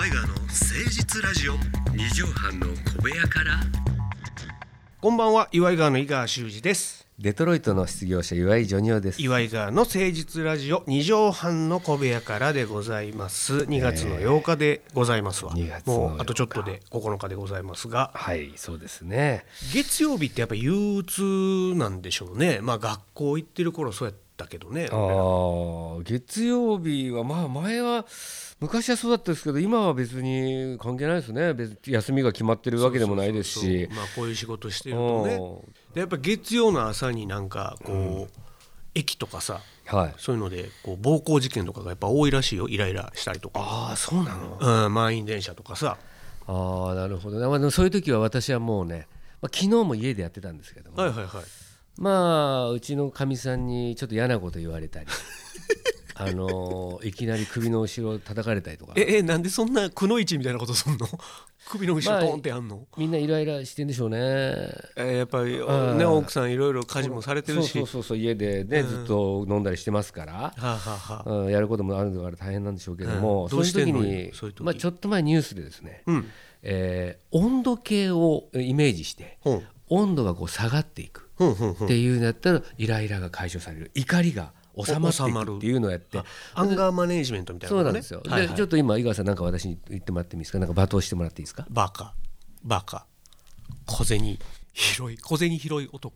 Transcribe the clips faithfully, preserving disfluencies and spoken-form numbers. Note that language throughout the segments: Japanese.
岩井川の誠実ラジオ。 二畳半の小部屋から。 こんばんは、岩井川の井川修司です。 デトロイトの失業者岩井ジョニオです。 岩井川の誠実ラジオ二畳半の小部屋からでございます。にがつのようかでございますわ、えー、もうあとちょっとでここのかでございますが、 はいそうですね。 月曜日ってやっぱり憂鬱なんでしょうね。まあ学校行ってる頃そうやったけどね。 あ月曜日はまあ前は昔はそうだったですけど、今は別に関係ないですね。別に休みが決まってるわけでもないですし、そうそうそうそう、 まあ、こういう仕事してるとね。でやっぱ月曜の朝になんかこう、うん、駅とかさ、はい、そういうのでこう暴行事件とかがやっぱ多いらしいよ。イライラしたりとか。 ああそうなの、 うん、満員電車とかさ。 ああなるほど、まあ、そういう時は私はもうね、まあ、昨日も家でやってたんですけども、はいはいはい、まあうちのかみさんにちょっと嫌なこと言われたりあのー、いきなり首の後ろを叩かれたりとか。 ええなんでそんなくのいちみたいなことすんの首の後ろポンってやんの、まあ、 みんなイライラしてんでしょうね。 えー、やっぱり、ね、奥さんいろいろ家事もされてるし、 そうそうそう家でね、うん、ずっと飲んだりしてますから、はあはあ、うん、やることもあるから大変なんでしょうけども、うん、そういう時にそういう時、まあ、ちょっと前ニュースでですね、うんえー、温度計をイメージして、うん、温度がこう下がっていくっていうんだったらイライラが解消される、怒りが収まっていくっていうのをやって、 アンガーマネージメントみたいな、ね、 そうなんですよ、はいはい、でちょっと今井川さんなんか私に言ってもらってもいいですか。なんか罵倒してもらっていいですか。 バカバカ小銭広い小銭広い男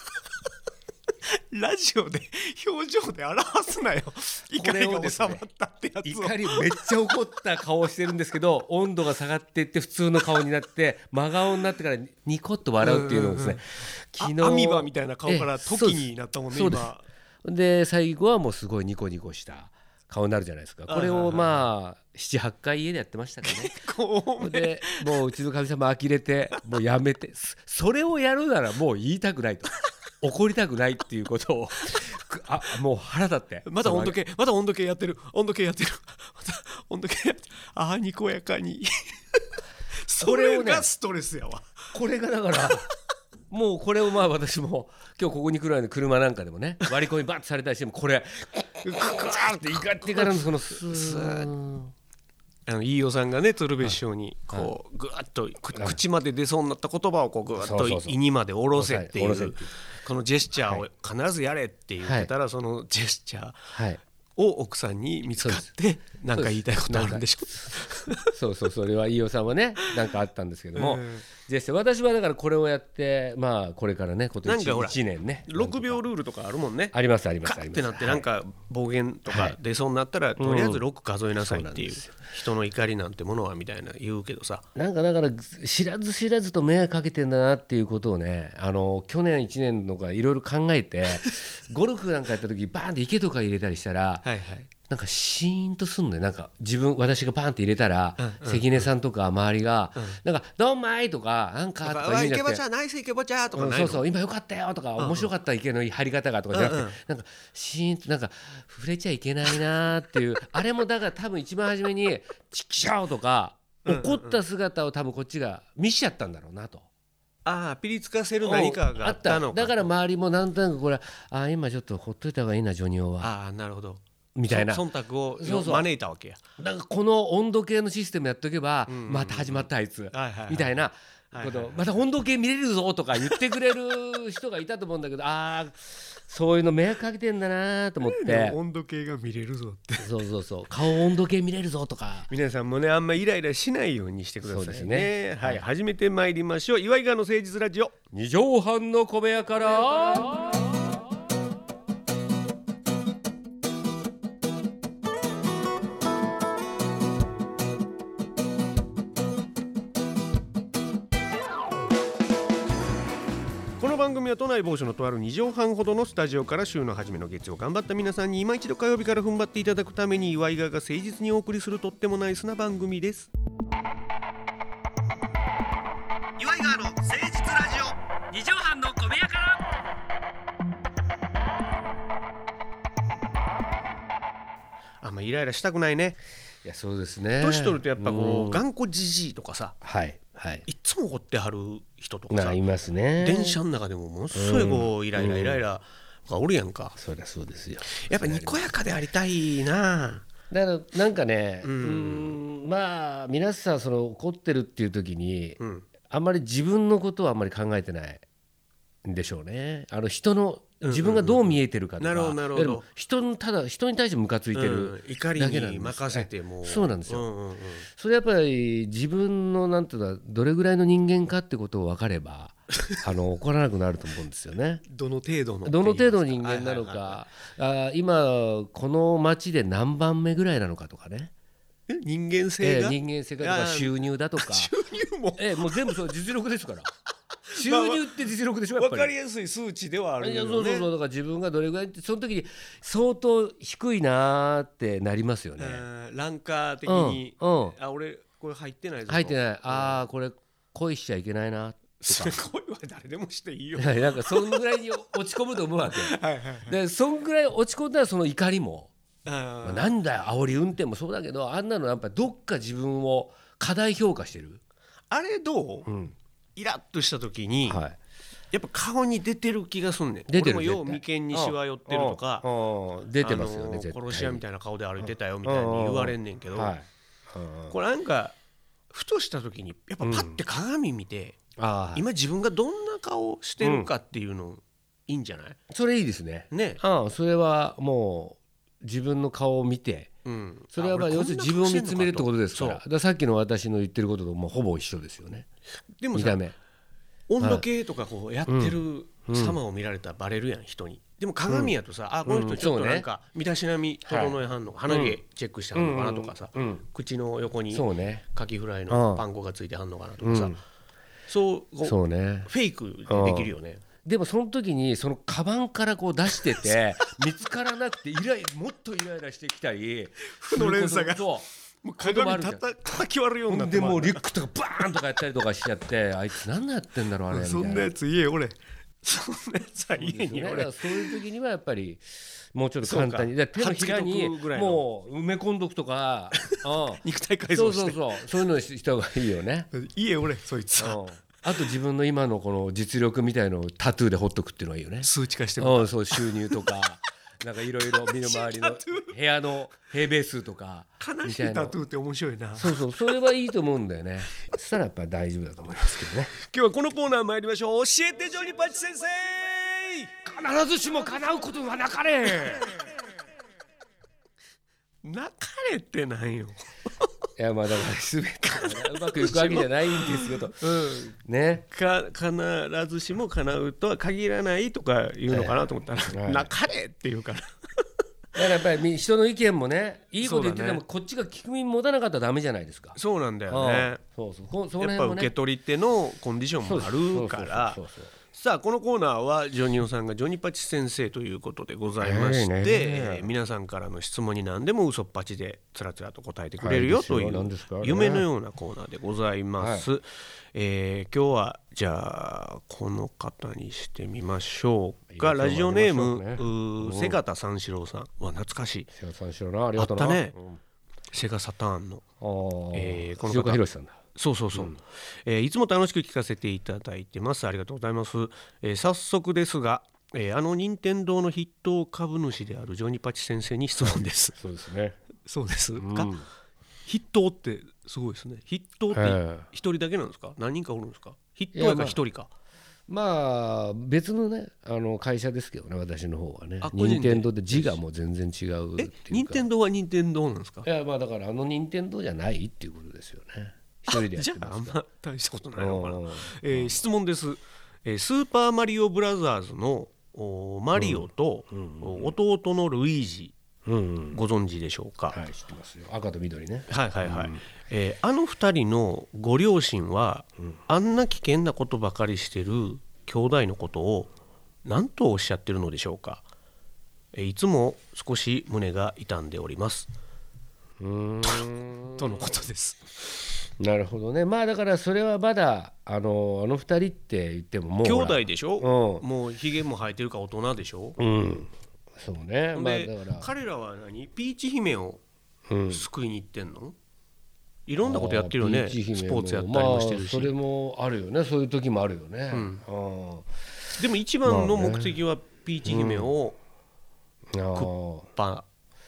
ラジオで表情で表すなよ。怒りが収まったってやつを、 怒りめっちゃ怒った顔をしてるんですけど温度が下がっていって普通の顔になって真顔になってからニコッと笑うっていうのをですね、 昨日アミバみたいな顔から時になったもんね。 そうです今で最後はもうすごいニコニコした顔になるじゃないですか。これをまあななはちかい家でやってましたからねでもううちのかみさんも呆れてもうやめてそれをやるならもう言いたくないと怒りたくないっていうことをあもう腹立ってまた温度計また温度計やってる温度計やってるまた温度計やってるああにこやかにそれがストレスやわ。 これがだからもうこれをまあ私も今日ここに来る間に車なんかでもね割り込みバッとされたりしてもこれグワーって怒ってからのそのスーあの飯尾さんがね鶴瓶師匠にこうグワッと口まで出そうになった言葉をこうグワッと胃にまで下ろせっていうこのジェスチャーを必ずやれって言ってたら、そのジェスチャーを奥さんに見つかって何か言いたいことあるんでしょそうそうそれは飯尾さんはね何かあったんですけども、ジェスチャー私はだからこれをやってまあこれからね今年いちねんねろくびょうルールとかあるもんね。 ありますありますカッってなってなんか暴言とか出そうになったらとりあえずろく数えなさいっていう、人の怒りなんてものはみたいな言うけどさ、 なんかだから知らず知らずと迷惑かけてんだなっていうことをね、あの去年いちねんとかいろいろ考えてゴルフなんかやった時バーンって池とか入れたりしたらはいはいなんかシーンとすんのよ。なんか自分私がバーンって入れたら、うんうん、関根さんとか周りが、うん、なんかどんまいとかなんかとか言うんじゃなくて、 池ぼちゃナイス池ぼちゃとかないの、 そうそう今よかったよとか、うんうん、面白かった池の張り方がとかじゃなくて、うんうん、なんかシーンとなんか触れちゃいけないなっていうあれもだから多分一番初めにチキシャオとか怒った姿を多分こっちが見しちゃったんだろうなと。 ああピリつかせる何かがあったのか。 だから周りもなんとなくこれあ今ちょっとほっといた方がいいなジョニオは。 ああなるほどみたいな忖度を招いたわけや。 だからこの温度計のシステムやっとけば、うんうんうん、また始まったあいつ、はいはいはい、みたいなこと、はいはいはい、また温度計見れるぞとか言ってくれる人がいたと思うんだけどあそういうの迷惑かけてんだなと思って温度計が見れるぞってそうそうそう顔温度計見れるぞとか皆さんもねあんまイライラしないようにしてくださいね。そうですね、はい、始めてまいりましょう。岩井川の誠実ラジオ二畳半の小部屋からこの番組は都内某所のとあるに畳半ほどのスタジオから週の初めの月曜頑張った皆さんに今一度火曜日から踏ん張っていただくために岩井川が誠実にお送りするとってもナイスな番組です。岩井川の誠実ラジオに畳半の小部屋からあんまイライラしたくないね。 いやそうですね。 年取るとやっぱこう頑固じじいとかさ、 はいはい、 いつも怒ってはる人とかさいますね。 電車の中でもものすごいこうイライライライラがおるやんか。 そりゃそうですよ。 やっぱにこやかでありたいな。 だからなんかね、うん、まあ皆さんその怒ってるっていう時に、うん、あんまり自分のことはあんまり考えてないんでしょうね。あの人の自分がどう見えてるかとか、人のただ人に対してムカついてるだけなんです、 怒りに任せてもそうなんですよ、うんうんうん、それやっぱり自分のなんていうのどれぐらいの人間かってことを分かればあの怒らなくなると思うんですよね。 どの程度のどの程度の人間なのか、はいはいはい、あ今この町で何番目ぐらいなのかとかね、 え人間性が、 え人間性がとか収入だとか収入も、 えもう全部そう実力ですから収入って実力でしょ、やっぱり分かりやすい数値ではあるよね。 そうそうそう、だから自分がどれぐらいってその時に相当低いなってなりますよね。 ランカー的に、 うんうん、 あ俺これ入ってないぞ入ってない、ああこれ恋しちゃいけないなとか恋は誰でもしていいよなんかそんぐらいに落ち込むと思うわけはいはい、はい、でそんぐらい落ち込んだらその怒りもまあ、なんだよ煽り運転もそうだけど、あんなのやっぱどっか自分を過大評価してる。 あれどう、うん、イラッとした時に、はい、やっぱ顔に出てる気がすんねん。 出てる。 俺もよう眉間にしわ寄ってるとか、 出てますよね。 殺し屋みたいな顔で歩いてたよみたいに言われんねんけど、はい、これなんかふとした時にやっぱパッて鏡見て、うん、今自分がどんな顔してるかっていうのいいんじゃない？ それいいですね。 ね、 ああそれはもう自分の顔を見て、うん、それはまあ要するに自分を見つめるってことですから、だからさっきの私の言ってることともほぼ一緒ですよね。 でもさ見た目温度計とかこうやってる様を見られたらバレるやん人に。でも鏡やとさ、うん、あこの人ちょっとなんか身だしなみ整えはんのか、鼻毛チェックしてはんのかなとかさ、うん、口の横にカキフライのパン粉がついてはんのかなとかさ、うん、そうそうねフェイクでできるよね。 でもその時にそのカバンからこう出してて見つからなくてイライもっとイライラしてきたり負の連鎖がもう鏡たた叩き割るようになってでもうリュックとかバーンとかやったりとかしちゃってあいつ何やってんだろうあれみたいな。 そんなやつ家俺そんなやつは家に俺そういう時にはやっぱりもうちょっと簡単に手のひらにもう埋め込んどくとか肉体改造してそうそうそうそういうのした方がいいよね。 家俺そいつはあと自分の今のこの実力みたいのをタトゥーで彫っとくっていうのがいいよね。 数値化してもうんそう収入とかなんかいろいろ身の回りの部屋の平米数とか悲しいタトゥーって面白いな。 そうそうそれはいいと思うんだよね。そしたらやっぱり大丈夫だと思いますけどね。 今日はこのコーナー参りましょう。教えてジョニパチ先生。 必ずしも叶うことはなかれなかれってなんよいやまあだから全てうまくいくわけじゃないんですけど、うんね、 か必ずしも叶うとは限らないとか言うのかなと思ったら、えーはい、なかれって言うからだからやっぱり人の意見もねいいこと言っててもこっちが聞く耳持たなかったらダメじゃないですか。 そうなんだよね。 そうそうそうやっぱ受け取り手のコンディションもあるからさあこのコーナーはジョニオさんがジョニパチ先生ということでございまして、えー、皆さんからの質問に何でも嘘っぱちでつらつらと答えてくれるよという夢のようなコーナーでございます、はいえー、今日はじゃあこの方にしてみましょうか。ラジオネーム、ね、瀬形三四郎さんは懐かしい。 瀬形三四郎なありがとうな。 あったね、うん、セガサターンの、 えー、この方藤岡弘さんだ。 そうそうそう、うんえー、いつも楽しく聞かせていただいてます。ありがとうございます、えー、早速ですが、えー、あの任天堂の筆頭株主であるジョニパチ先生に質問ですそうですねそうですか、うん、筆頭ってすごいですね。筆頭って一人だけなんですか？何人かおるんですか？筆頭やから一人か。 まあ別のねあの会社ですけどね私の方はね任天堂で字がもう全然違うっていうか。 え任天堂は任天堂なんですか？ いやまあだからあの任天堂じゃないっていうことですよね。一人でやってます。じゃああんま大したことないのかな、えー、質問です、えー、スーパーマリオブラザーズのマリオと、うんうん、弟のルイージ、うんうん、ご存知でしょうか？ はい知ってますよ。赤と緑ね。 はいはいはい、うんえー、あの二人のご両親は、うん、あんな危険なことばかりしてる兄弟のことを何とおっしゃってるのでしょうか？えー、いつも少し胸が痛んでおりますうーん と, とのことです。 なるほどね。まあだからそれはまだあのあの二人って言ってももう兄弟でしょ、うん、もうひげも生えてるから大人でしょ、 うん、そうね。 まあ、だから彼らは何ピーチ姫を救いに行ってんの、うん、いろんなことやってるよね。スポーツやったりもしてるし、 まあ、それもあるよね。そういう時もあるよね、うん、 でも一番の目的はピーチ姫をクッパ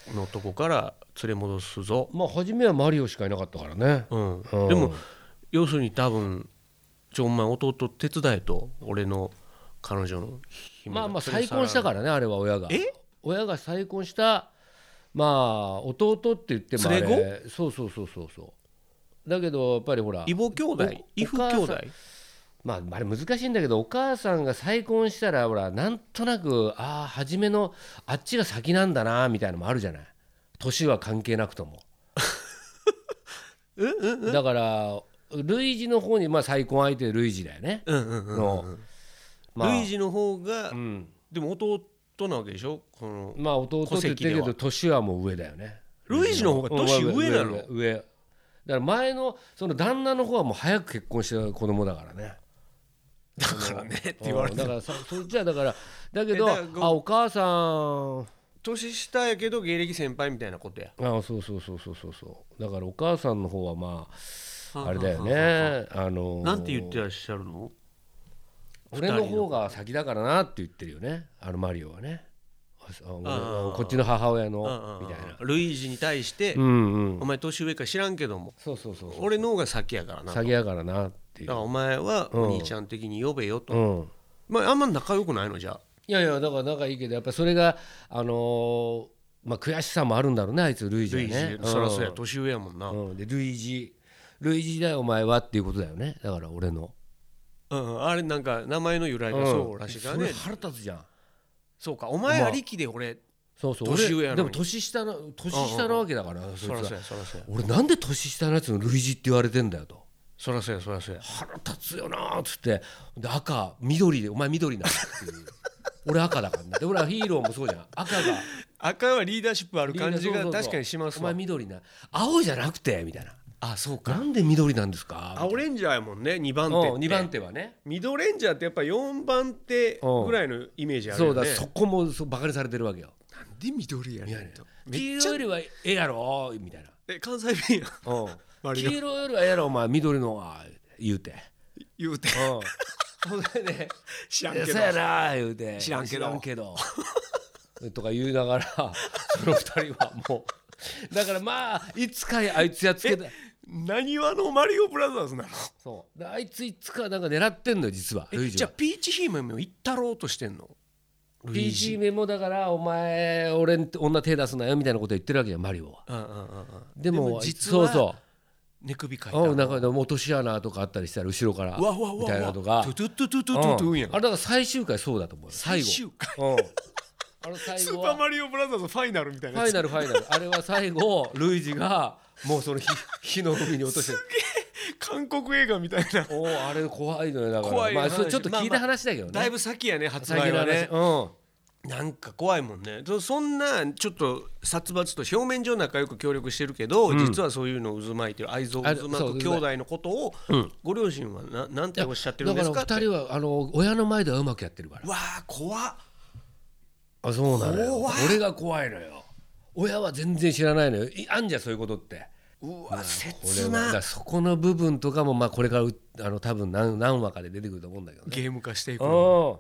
のとこから連れ戻すぞ。 まあ初めはマリオしかいなかったからね、 うんうん、でも要するに多分ちょお前弟手伝えと俺の彼女のまあまあ再婚したからねあれは親がえ親が再婚したまあ弟って言ってもあれ連れ子そうそうそうそうそうだけどやっぱりほら異母兄弟異父兄弟まああれ難しいんだけどお母さんが再婚したらほらなんとなくああ初めのあっちが先なんだなみたいなのもあるじゃない年は関係なくともうんうんうんだからルイージの方にまあ再婚相手ルイージだよね、 うんうんうんのまあ、ルイージの方が、 うん、 でも弟なわけでしょこのまあ弟って言ってるけど年はもう上だよねルイージの方が年上なの、 上, 上, 上だから前のその旦那の方はもう早く結婚した子供だからねだからねって言われてだからそそっちはだからだけどあお母さん年下やけど芸歴先輩みたいなことやあそうそうそうそうそうそうだからお母さんの方はまああれだよねあのなんて言ってらっしゃるの俺の方が先だからなって言ってるよねあのマリオはねこっちの母親のみたいなルイージに対して、 うんうん、 お前年上か知らんけどもそうそうそうそう俺の方が先やからな先やからなっていうだからお前はお兄ちゃん的に呼べよと、 うん、 まああんま仲良くないのじゃあいやいやだから仲いいけどやっぱそれがあのー、まあ悔しさもあるんだろうねあいつルイージはねルイージ、 そらそうや年上やもんな、 うん、でルイージルイージだよお前はっていうことだよねだから俺の、 うん、あれなんか名前の由来がそうらしいからね、 うん、それ腹立つじゃんそうかお前ありきで俺、まあそうそう年上やのにでも年下の年下なわけだから、 そらそうやそらそうや俺なんで年下のやつのルイージって言われてんだよとそらそうやそらそうや腹立つよなっつってで赤緑でお前緑なっていう俺赤だからねで俺はヒーローもそうじゃん赤が赤はリーダーシップある感じが確かにしますわお前緑な青じゃなくてみたいなあそうかなんで緑なんですか青レンジャーやもんねにばん手ってにばん手はねミドレンジャーってやっぱよんばん手ぐらいのイメージあるよねそうだそこもそうバカにされてるわけよなんで緑やねんと黄色よりはええやろみたいなえ関西弁や黄色よりはええやろお前緑のは言うて言うてほんでね知らんけどそうやな言うて知らんけどけどとか言いながらそのふたりはもうだからまあいつかあいつやっつけた何話のマリオブラザーズなのそうであいついつかなんか狙ってんのよ実はえじゃあピーチ姫も行ったろうとしてんのピーチ姫もだからお前俺に女手出すなよみたいなこと言ってるわけよマリオは、 うんうんうん、 でもでも実はそうそう寝首かいたうんなんか落とし穴とかあったりしたら後ろからみたいなとかトゥトゥトゥトゥトゥトゥやんあれだから最終回そうだと思う最後最終回うんあの最後はスーパーマリオブラザーズファイナルみたいなファイナルファイナルあれは最後ルイージがもうその 火, 火の海に落としてすげえ韓国映画みたいなおあれ怖いのよだから怖いまあそれちょっと聞いた話だけどね、 まあまあ、だいぶ先やね発売はねうんなんか怖いもんねそんなちょっと殺伐と表面上仲良く協力してるけど、うん、実はそういうのを渦巻いてる愛憎渦巻く兄弟のことを、うん、ご両親は な, なんておっしゃってるんですかだからふたりはあの親の前ではうまくやってるからわあ怖っあそうなのよ俺が怖いのよ親は全然知らないのよあんじゃそういうことってうわ切なだそこの部分とかもまあこれからあの多分 何, 何話かで出てくると思うんだけどねゲーム化していくの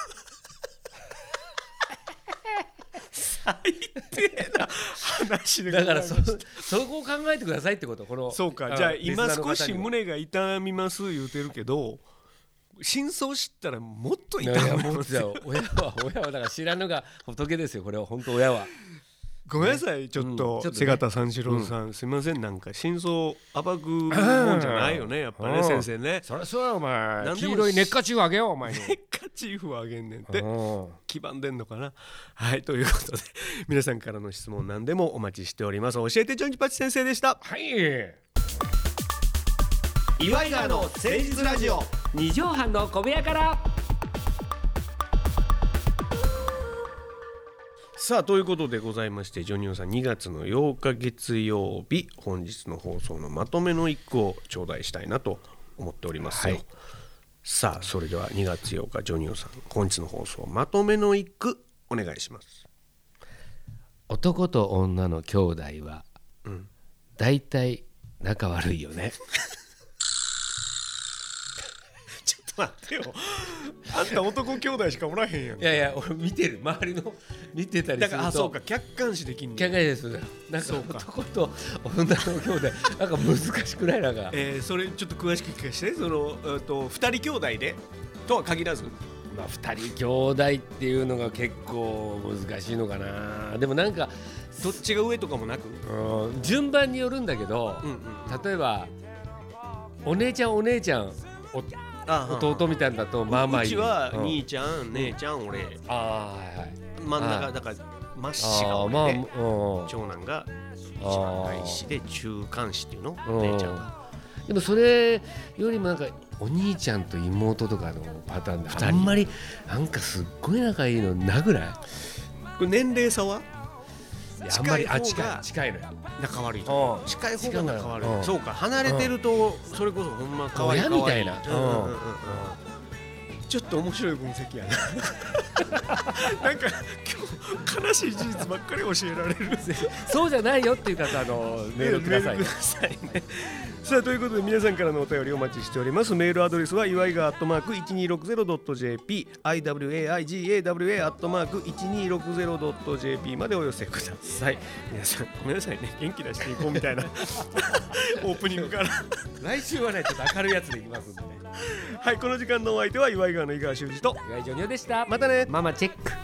最低な話でだから そ, そこを考えてくださいってことこのそうかじゃあ今少し胸が痛みます言うてるけど真相知ったらもっと痛みますよ親は親はだから知らぬが仏ですよこれは本当親はごめんなさい、ね、ちょっと、うん、瀬形三四郎さん、うん、すいませんなんか真相暴くもんじゃないよねやっぱね先生ねそりゃそうやお前黄色いネッカチーフあげようお前にネッカチーフあげんねんって黄ばんでんのかなはいということで皆さんからの質問何でもお待ちしております教えてジョンジパチ先生でしたはい岩井川の誠実ラジオ二畳半の小部屋からさあということでございましてジョニオさんにがつのようか月曜日本日の放送のまとめの一句を頂戴したいなと思っておりますよ、はい、さあそれではにがつようかジョニオさん本日の放送まとめの一句お願いします。 男と女の兄弟は、うん、だいたい仲悪いよねちょっと待ってよ、あんた男兄弟しかおらへんやん。 いやいや俺見てる、周りの見てたりすると、だからあそうか客観視できんねん。 客観視です。なんか男と女の兄弟なんか難しくないなんか、 えー、それちょっと詳しく聞かせて。その、えー、とふたり兄弟でとは限らず、 まあ、ふたり兄弟っていうのが結構難しいのかな。でもなんかどっちが上とかもなく、 うん、順番によるんだけど、うんうん、例えばお姉ちゃんお姉ちゃんお弟みたいなだとまあまあいい。 うちは兄ちゃん、うん、姉ちゃん俺、 あ、はいはい、 真ん中だから真っ子が俺で、まあ、長男が一番大子で中間子っていうの、姉ちゃんが。 でもそれよりもなんかお兄ちゃんと妹とかのパターンであんまりなんかすっごい仲いいのなぐらい。 これ年齢差は近い方が近いのよ、 仲悪いと。近い方が仲悪い。そうか、離れてるとそれこそほんま可愛い親みたいな。 ちょっと面白い分析やななんか今日悲しい事実ばっかり教えられるそうじゃないよっていう方、あのメールください、ね、 さあということで皆さんからのお便りお待ちしております。メールアドレスは祝いがアットマーク いちにーろくゼロドットジェーピー アイワイガーアットマーク いちにーろくゼロドットジェーピー までお寄せください。皆さんごめんなさいね、元気出していこうみたいなオープニングから来週はねちょっと明るいやつでいきますんでねはい、この時間のお相手は祝いがの井川修司と岩井ジョニオでした。 またね。 ママチェック。